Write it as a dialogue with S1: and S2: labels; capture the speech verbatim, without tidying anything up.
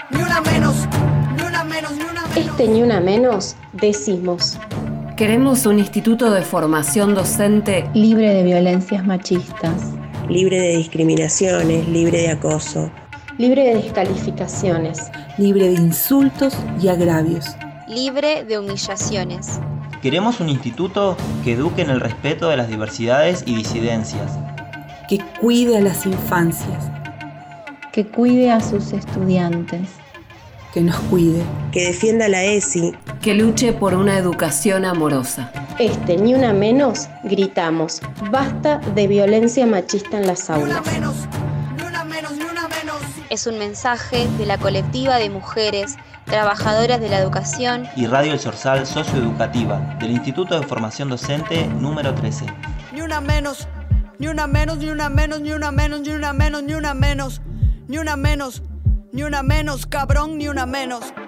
S1: ni una menos, ni una menos, ni una menos.
S2: Este ni una menos decimos.
S3: Queremos un instituto de formación docente
S4: libre de violencias machistas,
S5: libre de discriminaciones, libre de acoso,
S2: libre de descalificaciones,
S6: libre de insultos y agravios,
S7: libre de humillaciones.
S8: Queremos un instituto que eduque en el respeto de las diversidades y disidencias,
S6: que cuide a las infancias,
S4: que cuide a sus estudiantes,
S6: que nos cuide,
S5: que defienda la E S I,
S3: que luche por una educación amorosa.
S2: Este ni una menos gritamos, basta de violencia machista en las aulas.
S1: Ni una menos, ni una menos, ni una menos.
S7: Es un mensaje de la colectiva de mujeres trabajadoras de la educación
S8: y Radio El Zorzal Socioeducativa del Instituto de Formación Docente número trece.
S1: Ni una menos, ni una menos, ni una menos, ni una menos, ni una menos, ni una menos, ni una menos, ni una menos, cabrón, ni una menos.